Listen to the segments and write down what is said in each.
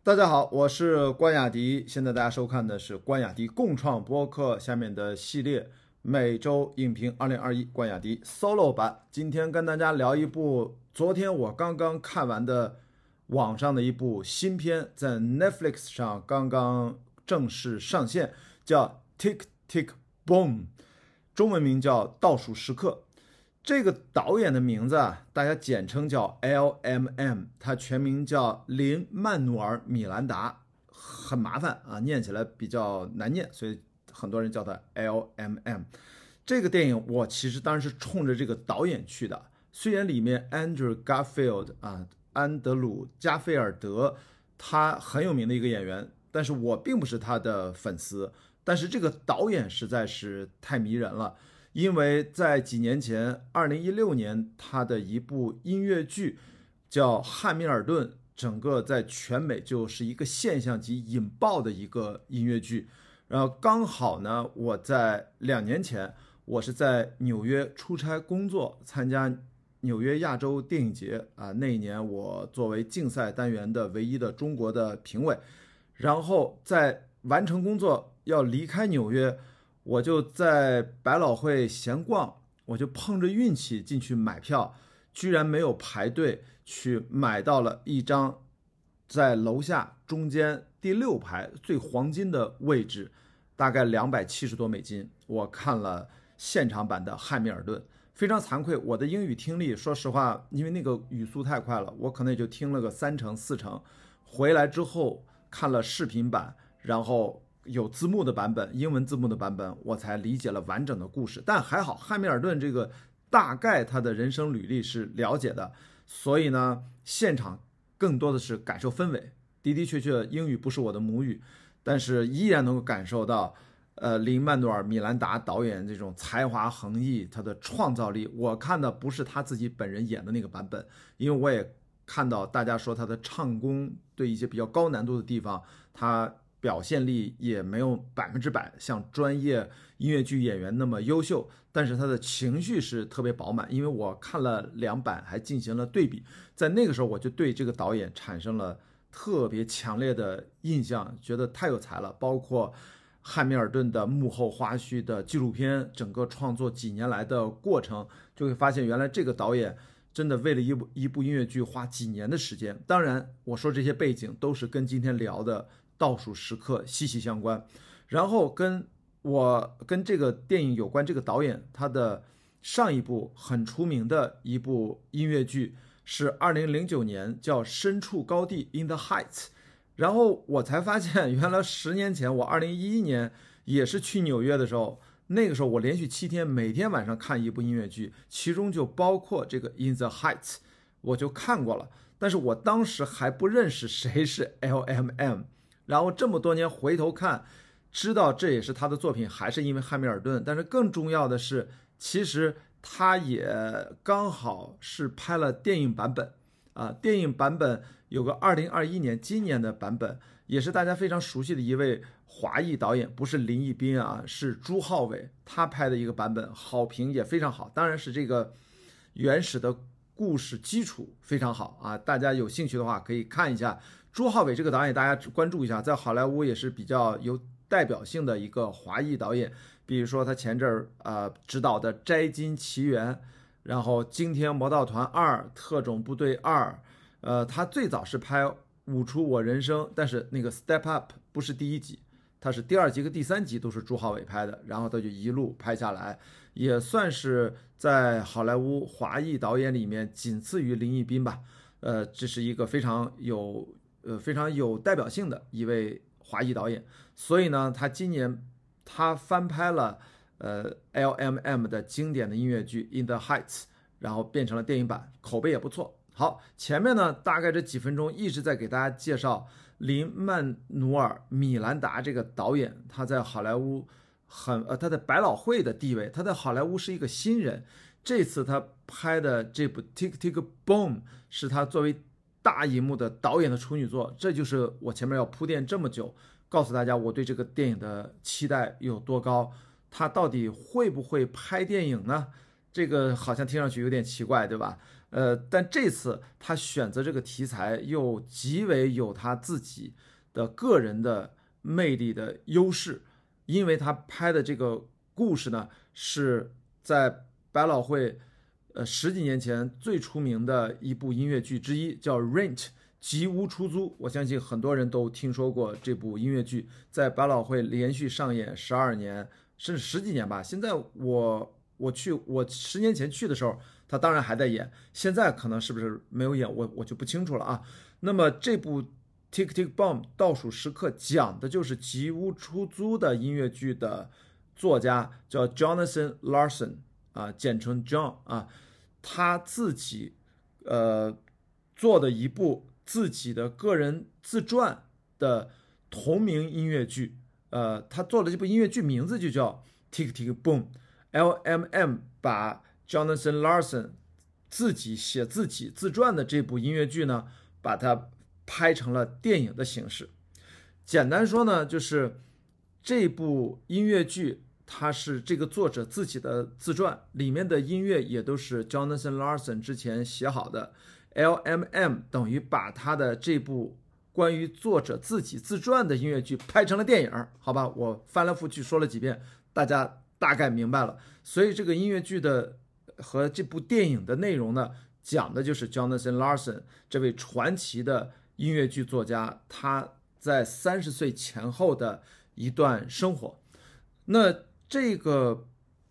大家好，我是关雅迪。现在大家收看的是关雅迪共创播客下面的系列每周影评2021关雅迪 Solo 版。今天跟大家聊一部昨天我刚刚看完的网上的一部新片，在 Netflix 上刚刚正式上线，叫 Tick Tick Boom， 中文名叫倒数时刻。这个导演的名字啊，大家简称叫 LMM， 他全名叫林曼努尔·米兰达，很麻烦啊，念起来比较难念，所以很多人叫他 LMM。这个电影我其实当然是冲着这个导演去的，虽然里面 Andrew Garfield 啊，安德鲁·加菲尔德他很有名的一个演员，但是我并不是他的粉丝，但是这个导演实在是太迷人了。因为在几年前2016年他的一部音乐剧叫《汉密尔顿》，整个在全美就是一个现象级引爆的一个音乐剧。然后刚好呢，我在2年前我是在纽约出差工作，参加纽约亚洲电影节啊，那一年我作为竞赛单元的唯一的中国的评委，然后在完成工作要离开纽约，我就在百老汇闲逛，我就碰着运气进去买票，居然没有排队，去买到了一张在楼下中间第6排最黄金的位置，大概270多美金。我看了现场版的《汉密尔顿》，非常惭愧，我的英语听力，说实话，因为那个语速太快了，我可能也就听了个3成4成。回来之后看了视频版，然后有字幕的版本，英文字幕的版本，我才理解了完整的故事。但还好，汉密尔顿这个大概他的人生履历是了解的，所以呢，现场更多的是感受氛围。的的确确，英语不是我的母语，但是依然能够感受到，林曼努尔·米兰达导演这种才华横溢，他的创造力。我看的不是他自己本人演的那个版本，因为我也看到大家说他的唱功对一些比较高难度的地方，他表现力也没有100%像专业音乐剧演员那么优秀，但是他的情绪是特别饱满。因为我看了2版，还进行了对比，在那个时候我就对这个导演产生了特别强烈的印象，觉得太有才了。包括汉密尔顿的幕后花絮的纪录片，整个创作几年来的过程，就会发现原来这个导演真的为了一部音乐剧花几年的时间。当然我说这些背景都是跟今天聊的倒数时刻息息相关。然后跟这个电影有关，这个导演他的上一部很出名的一部音乐剧是2009年叫《身处高地 In the Heights》，然后我才发现原来10年前我2011年也是去纽约的时候，那个时候我连续7天每天晚上看一部音乐剧，其中就包括这个 In the Heights， 我就看过了，但是我当时还不认识谁是 LMM，然后这么多年回头看，知道这也是他的作品，还是因为汉密尔顿。但是更重要的是，其实他也刚好是拍了电影版本啊，电影版本有个2021年今年的版本，也是大家非常熟悉的一位华裔导演，不是林奕斌啊，是朱浩伟，他拍的一个版本，好评也非常好。当然是这个原始的故事基础非常好啊，大家有兴趣的话可以看一下。朱浩伟这个导演大家关注一下，在好莱坞也是比较有代表性的一个华裔导演，比如说他前阵儿执导的《摘金奇缘》，然后《惊天魔盗团2》《特种部队2》，他最早是拍《舞出我人生》，但是那个 Step Up 不是第1集，他是第2集和第3集都是朱浩伟拍的，然后他就一路拍下来，也算是在好莱坞华裔导演里面仅次于林奕斌吧。这是一个非常有代表性的一位华裔导演，所以呢，他今年他翻拍了LMM 的经典的音乐剧 In the Heights， 然后变成了电影版，口碑也不错。好，前面呢大概这几分钟一直在给大家介绍林曼努尔·米兰达这个导演，他在好莱坞他在百老汇的地位，他在好莱坞是一个新人。这次他拍的这部 Tick Tick Boom 是他作为大荧幕的导演的处女作，这就是我前面要铺垫这么久，告诉大家我对这个电影的期待有多高。他到底会不会拍电影呢？这个好像听上去有点奇怪，对吧？ 但这次他选择这个题材又极为有他自己的个人的魅力的优势，因为他拍的这个故事呢是在百老汇10几年前最出名的一部音乐剧之一，叫《Rent》吉屋出租。我相信很多人都听说过这部音乐剧，在百老汇连续上演12年，甚至10几年吧。现在我10年前去的时候，他当然还在演，现在可能是不是没有演，我就不清楚了啊。那么这部Tick Tick Boom 倒数时刻讲的就是吉屋出租的音乐剧的作家叫 Jonathan Larson 啊，简称 John 啊，他自己做的一部自己的个人自传的同名音乐剧。他做的这部音乐剧名字就叫 Tick Tick Boom，LMM 把 Jonathan Larson 自己写自己自传的这部音乐剧呢，把它拍成了电影的形式。简单说呢，就是这部音乐剧它是这个作者自己的自传，里面的音乐也都是 Jonathan Larson 之前写好的。LMM 等于把他的这部关于作者自己自传的音乐剧拍成了电影，好吧，我翻来覆去说了几遍，大家大概明白了。所以这个音乐剧的和这部电影的内容呢，讲的就是 Jonathan Larson 这位传奇的音乐剧作家，他在30岁前后的一段生活。那这个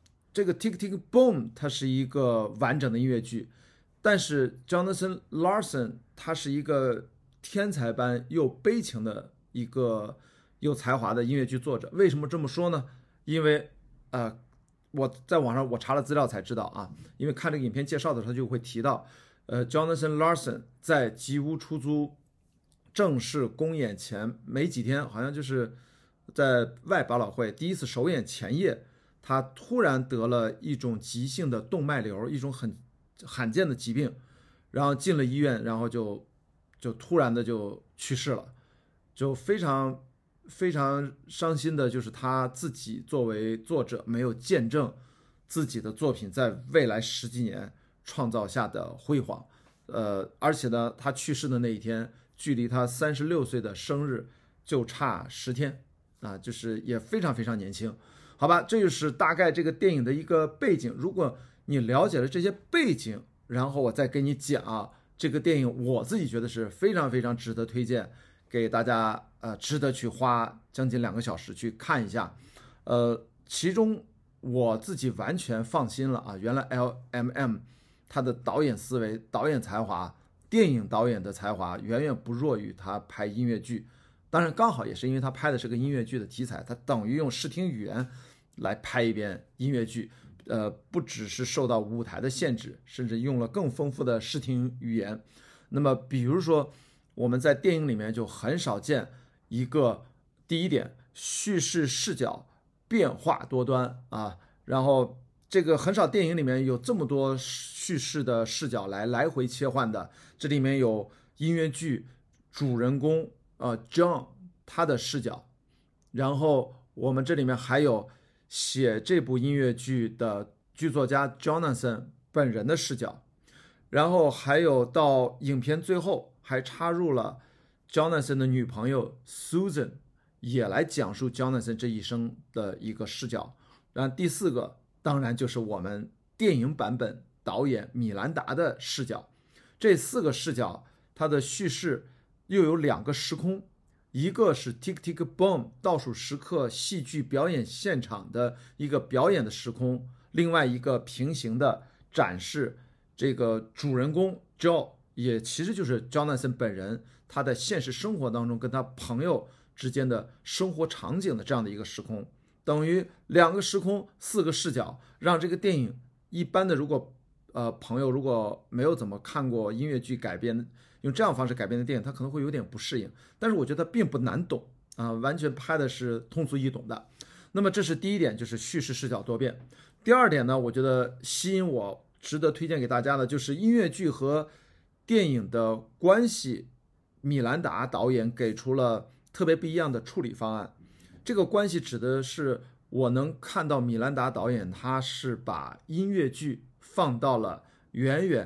Tick Tick Boom 它是一个完整的音乐剧，但是 Jonathan Larson 他是一个天才般又悲情的一个有才华的音乐剧作者。为什么这么说呢？因为我在网上我查了资料才知道啊，因为看这个影片介绍的时候就会提到Jonathan Larson 在吉屋出租正式公演前没几天，好像就是在外百老汇第一次首演前夜，他突然得了一种急性的动脉瘤，一种很罕见的疾病，然后进了医院，然后就突然的就去世了，就非常非常伤心的，就是他自己作为作者没有见证自己的作品在未来10几年创造下的辉煌。而且呢，他去世的那一天，距离他36岁的生日就差10天啊，就是也非常非常年轻，好吧？这就是大概这个电影的一个背景。如果你了解了这些背景，然后我再跟你讲这个电影，我自己觉得是非常非常值得推荐给大家，值得去花将近2个小时去看一下。其中我自己完全放心了啊，原来 LMM 他的导演思维、导演才华、电影导演的才华远远不弱于他拍音乐剧。当然，刚好也是因为他拍的是个音乐剧的题材，他等于用视听语言来拍一遍音乐剧。不只是受到舞台的限制，甚至用了更丰富的视听语言。那么，比如说我们在电影里面就很少见一个，第一点，叙事视角变化多端啊，然后这个很少电影里面有这么多叙事的视角来回切换的。这里面有音乐剧主人公John 他的视角，然后我们这里面还有写这部音乐剧的剧作家 Jonathan 本人的视角，然后还有到影片最后还插入了 Jonathan 的女朋友 Susan 也来讲述 Jonathan 这一生的一个视角。然后第4个当然就是我们电影版本导演米兰达的视角。这4个视角它的叙事又有2个时空，一个是 Tick Tick Boom 倒数时刻戏剧表演现场的一个表演的时空，另外一个平行的展示这个主人公 Joe 也其实就是 Jonathan 本人他在现实生活当中跟他朋友之间的生活场景的这样的一个时空，等于2个时空4个视角，让这个电影一般的如果朋友如果没有怎么看过音乐剧改编用这样方式改编的电影，他可能会有点不适应，但是我觉得并不难懂啊，完全拍的是通俗易懂的。那么这是第一点，就是叙事视角多变。第2点呢，我觉得吸引我值得推荐给大家的就是音乐剧和电影的关系，米兰达导演给出了特别不一样的处理方案。这个关系指的是我能看到米兰达导演他是把音乐剧放到了远远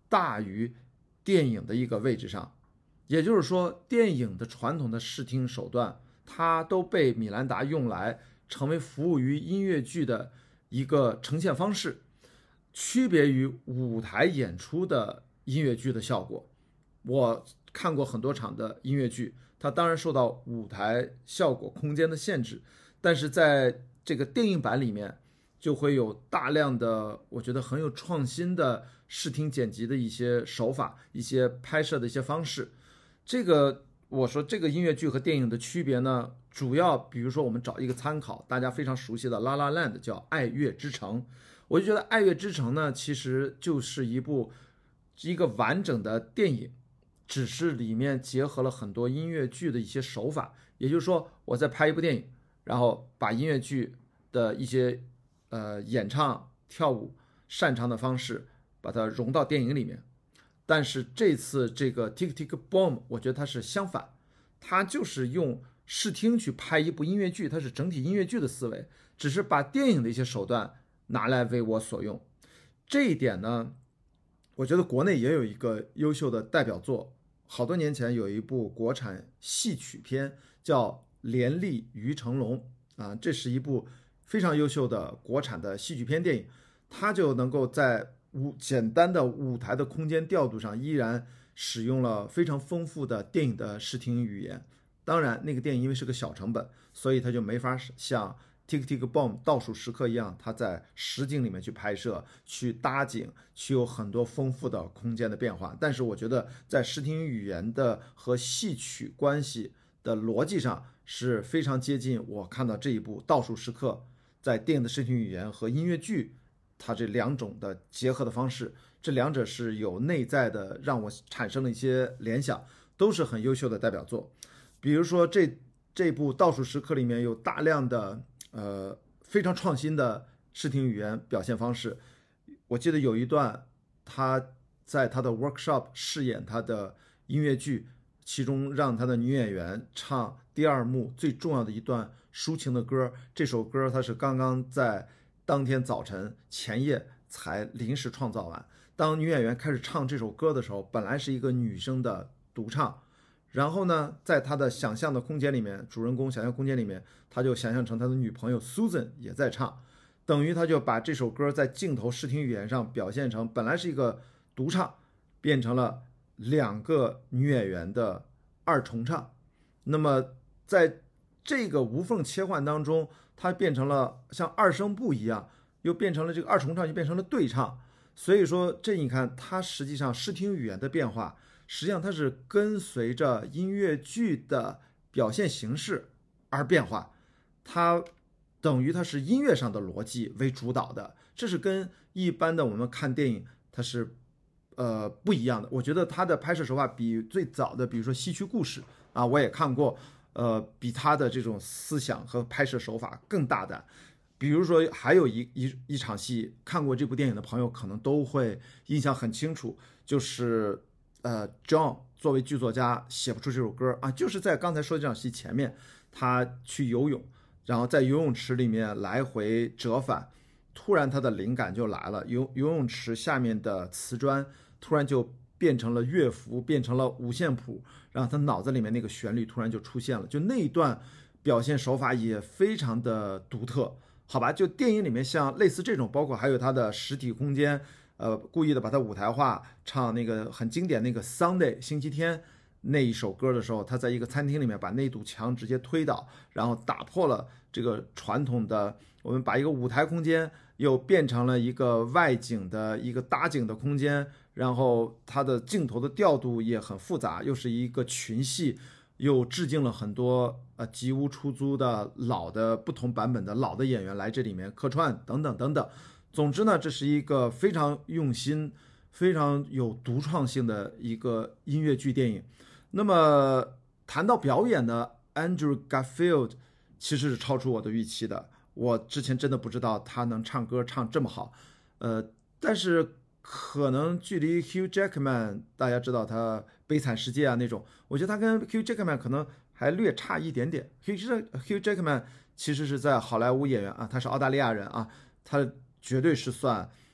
大于电影的一个位置上。也就是说，电影的传统的视听手段，它都被米兰达用来成为服务于音乐剧的一个呈现方式，区别于舞台演出的音乐剧的效果。我看过很多场的音乐剧，它当然受到舞台效果空间的限制，但是在这个电影版里面就会有大量的我觉得很有创新的视听剪辑的一些手法，一些拍摄的一些方式。这个我说这个音乐剧和电影的区别呢，主要比如说我们找一个参考，大家非常熟悉的《La La Land》叫《爱乐之城》，我就觉得《爱乐之城》呢其实就是一个完整的电影，只是里面结合了很多音乐剧的一些手法。也就是说，我在拍一部电影，然后把音乐剧的一些演唱、跳舞擅长的方式，把它融到电影里面。但是这次这个 Tick Tick Boom， 我觉得它是相反，它就是用视听去拍一部音乐剧，它是整体音乐剧的思维，只是把电影的一些手段拿来为我所用。这一点呢，我觉得国内也有一个优秀的代表作，好多年前有一部国产戏曲片叫《连丽于成龙》啊，这是一部非常优秀的国产的戏剧片电影，它就能够在简单的舞台的空间调度上，依然使用了非常丰富的电影的视听语言。当然，那个电影因为是个小成本，所以它就没法像Tick Tick Boom 倒数时刻一样，它在实景里面去拍摄、去搭景，去有很多丰富的空间的变化。但是我觉得在视听语言的和戏曲关系的逻辑上是非常接近我看到这一部倒数时刻在电影的视听语言和音乐剧它这两种的结合的方式，这两者是有内在的让我产生了一些联想，都是很优秀的代表作。比如说这部倒数时刻里面有大量的非常创新的视听语言表现方式。我记得有一段他在他的 workshop 饰演他的音乐剧，其中让他的女演员唱第二幕最重要的一段抒情的歌，这首歌他是刚刚在当天早晨前夜才临时创造完。当女演员开始唱这首歌的时候，本来是一个女生的独唱，然后呢，在他的想象的空间里面，主人公想象空间里面，他就想象成他的女朋友 Susan 也在唱，等于他就把这首歌在镜头视听语言上表现成本来是一个独唱，变成了两个女演员的二重唱。那么在这个无缝切换当中，它变成了像二声部一样，又变成了这个二重唱，就变成了对唱。所以说，这你看，它实际上视听语言的变化，实际上它是跟随着音乐剧的表现形式而变化，它等于它是音乐上的逻辑为主导的，这是跟一般的我们看电影它是不一样的。我觉得它的拍摄手法比最早的，比如说戏曲故事啊，我也看过，比它的这种思想和拍摄手法更大胆。比如说还有一场戏，看过这部电影的朋友可能都会印象很清楚，就是John 作为剧作家写不出这首歌啊，就是在刚才说的这场戏前面，他去游泳，然后在游泳池里面来回折返，突然他的灵感就来了，游泳池下面的瓷砖突然就变成了乐符，变成了五线谱，然后他脑子里面那个旋律突然就出现了，就那一段表现手法也非常的独特。好吧，就电影里面像类似这种，包括还有它的实体空间，故意的把它舞台化，唱那个很经典那个 Sunday 星期天那一首歌的时候，他在一个餐厅里面把那堵墙直接推倒，然后打破了这个传统的，我们把一个舞台空间又变成了一个外景的一个搭景的空间，然后它的镜头的调度也很复杂，又是一个群戏。又致敬了很多吉屋出租的老的不同版本的老的演员来这里面客串等等等等。总之呢，这是一个非常用心、非常有独创性的一个音乐剧电影。那么谈到表演呢 ，Andrew Garfield 其实是超出我的预期的。我之前真的不知道他能唱歌唱这么好，但是可能距离 Hugh Jackman 大家知道他悲惨世界啊那种，我觉得他跟 Hugh Jackman 可能还略差一点点。Hugh Jackman 其实是在好莱坞演员啊，他是澳大利亚人啊，他绝对是算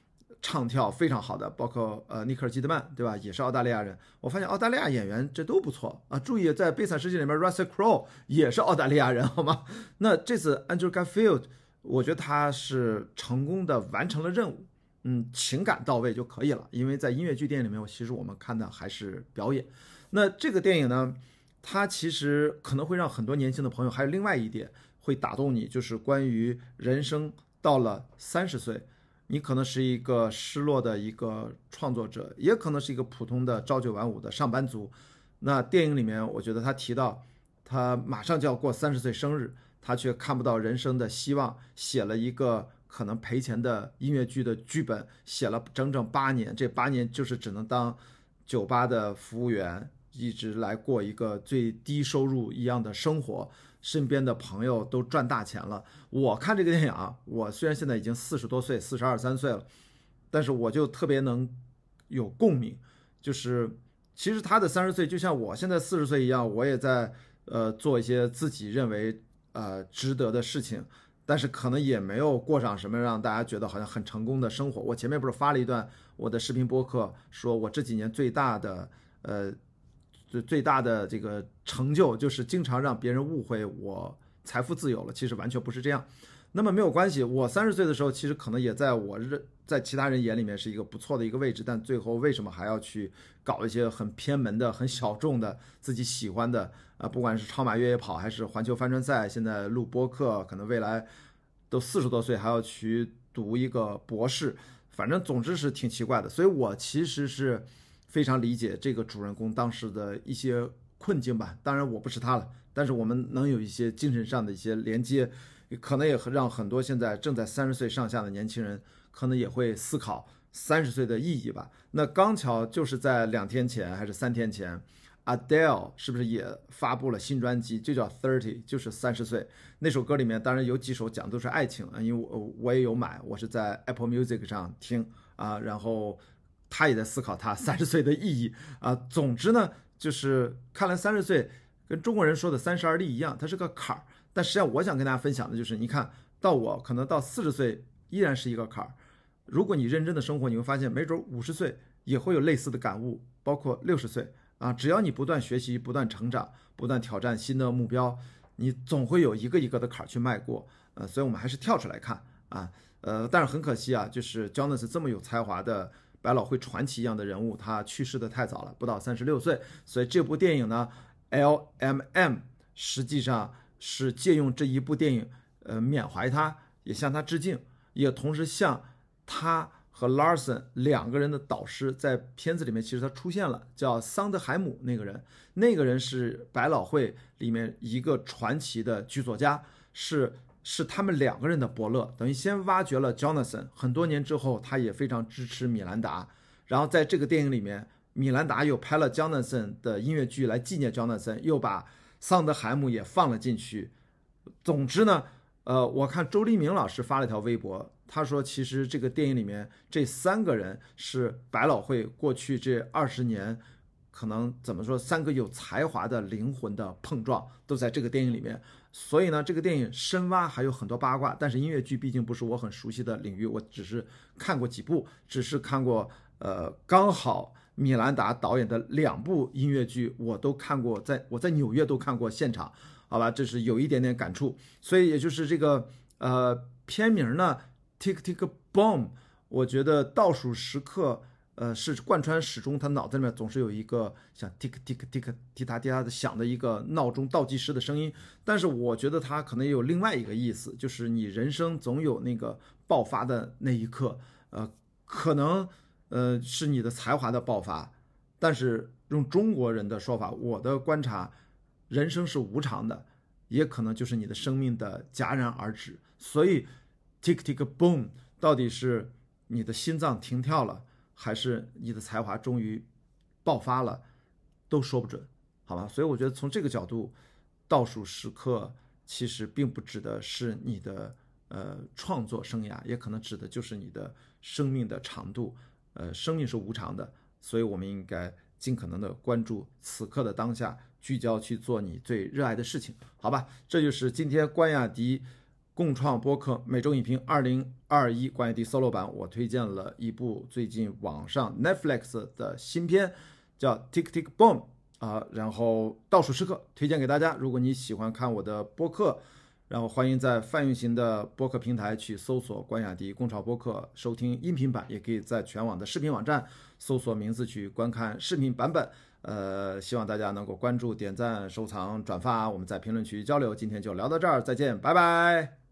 唱跳非常好的，包括尼克尔基德曼，对吧？也是澳大利亚人。我发现澳大利亚演员这都不错啊。注意，在《悲惨世界》里面 ，Russell Crowe 也是澳大利亚人，好吗？那这次 Andrew Garfield，我觉得他是成功的完成了任务，情感到位就可以了。因为在音乐剧电影里面，其实我们看的还是表演。那这个电影呢，它其实可能会让很多年轻的朋友，还有另外一点会打动你，就是关于人生到了30岁。你可能是一个失落的一个创作者，也可能是一个普通的朝九晚五的上班族。那电影里面，我觉得他提到，他马上就要过30岁生日，他却看不到人生的希望，写了一个可能赔钱的音乐剧的剧本，写了整整8年，这8年就是只能当酒吧的服务员，一直来过一个最低收入一样的生活。身边的朋友都赚大钱了。我看这个电影啊，我虽然现在已经40多岁，42、3岁了，但是我就特别能有共鸣。就是其实他的30岁就像我现在40岁一样，我也在做一些自己认为值得的事情，但是可能也没有过上什么让大家觉得好像很成功的生活。我前面不是发了一段我的视频播客，说我这几年最大的这个成就就是经常让别人误会我财富自由了，其实完全不是这样。那么没有关系，我30岁的时候其实可能也在其他人眼里面是一个不错的一个位置，但最后为什么还要去搞一些很偏门的、很小众的自己喜欢的不管是超马越野跑还是环球帆船赛，现在录播客，可能未来都40多岁还要去读一个博士，反正总之是挺奇怪的。所以我其实是非常理解这个主人公当时的一些困境吧。当然我不是他了，但是我们能有一些精神上的一些连接，可能也让很多现在正在30岁上下的年轻人可能也会思考30岁的意义吧。那刚巧就是在2天前还是3天前，Adele 是不是也发布了新专辑，就叫 30， 就是30岁。那首歌里面当然有几首讲都是爱情，因为我也有买，我是在 Apple Music 上听然后他也在思考他30岁的意义总之呢，就是看来30岁跟中国人说的30而立一样，它是个坎儿。但实际上我想跟大家分享的就是，你看到我可能到40岁依然是一个坎儿。如果你认真的生活，你会发现没准50岁也会有类似的感悟，包括60岁只要你不断学习、不断成长、不断挑战新的目标，你总会有一个一个的坎儿去迈过。所以我们还是跳出来看但是很可惜就是 Jonas 这么有才华的百老汇传奇一样的人物，他去世的太早了，不到36岁。所以这部电影呢 LMM 实际上是借用这一部电影缅怀他，也向他致敬，也同时向他和 Larson 2个人的导师，在片子里面其实他出现了，叫桑德海姆那个人是百老汇里面一个传奇的剧作家，是他们2个人的伯乐，等于先挖掘了 Jonathan， 很多年之后他也非常支持米兰达，然后在这个电影里面，米兰达又拍了 Jonathan 的音乐剧来纪念 Jonathan， 又把桑德海姆也放了进去。总之呢我看周黎明老师发了一条微博，他说其实这个电影里面这3个人是百老汇过去这20年可能怎么说3个有才华的灵魂的碰撞，都在这个电影里面。所以呢这个电影深挖还有很多八卦，但是音乐剧毕竟不是我很熟悉的领域，我只是看过几部，只是看过刚好米兰达导演的2部音乐剧我都看过，我在纽约都看过现场，好吧，这是有一点点感触。所以也就是这个片名呢 Tick Tick Boom， 我觉得倒数时刻是贯穿始终，他脑子里面总是有一个像 tick tick tick 滴答滴答的响的一个闹钟倒计时的声音。但是我觉得他可能也有另外一个意思，就是你人生总有那个爆发的那一刻，可能是你的才华的爆发，但是用中国人的说法，我的观察，人生是无常的，也可能就是你的生命的戛然而止。所以 tick tick boom 到底是你的心脏停跳了，还是你的才华终于爆发了，都说不准，好吧？所以我觉得从这个角度，倒数时刻其实并不指的是你的创作生涯，也可能指的就是你的生命的长度。生命是无常的，所以我们应该尽可能的关注此刻的当下，聚焦去做你最热爱的事情，好吧？这就是今天关雅迪共创播客每周影评2021关雅迪 solo 版，我推荐了一部最近网上 Netflix 的新片，叫 Tick Tick Boom 然后倒数时刻推荐给大家。如果你喜欢看我的播客，然后欢迎在泛运行的播客平台去搜索关雅迪共创播客收听音频版，也可以在全网的视频网站搜索名字去观看视频版本。希望大家能够关注、点赞、收藏、转发，我们在评论区交流。今天就聊到这儿，再见，拜拜。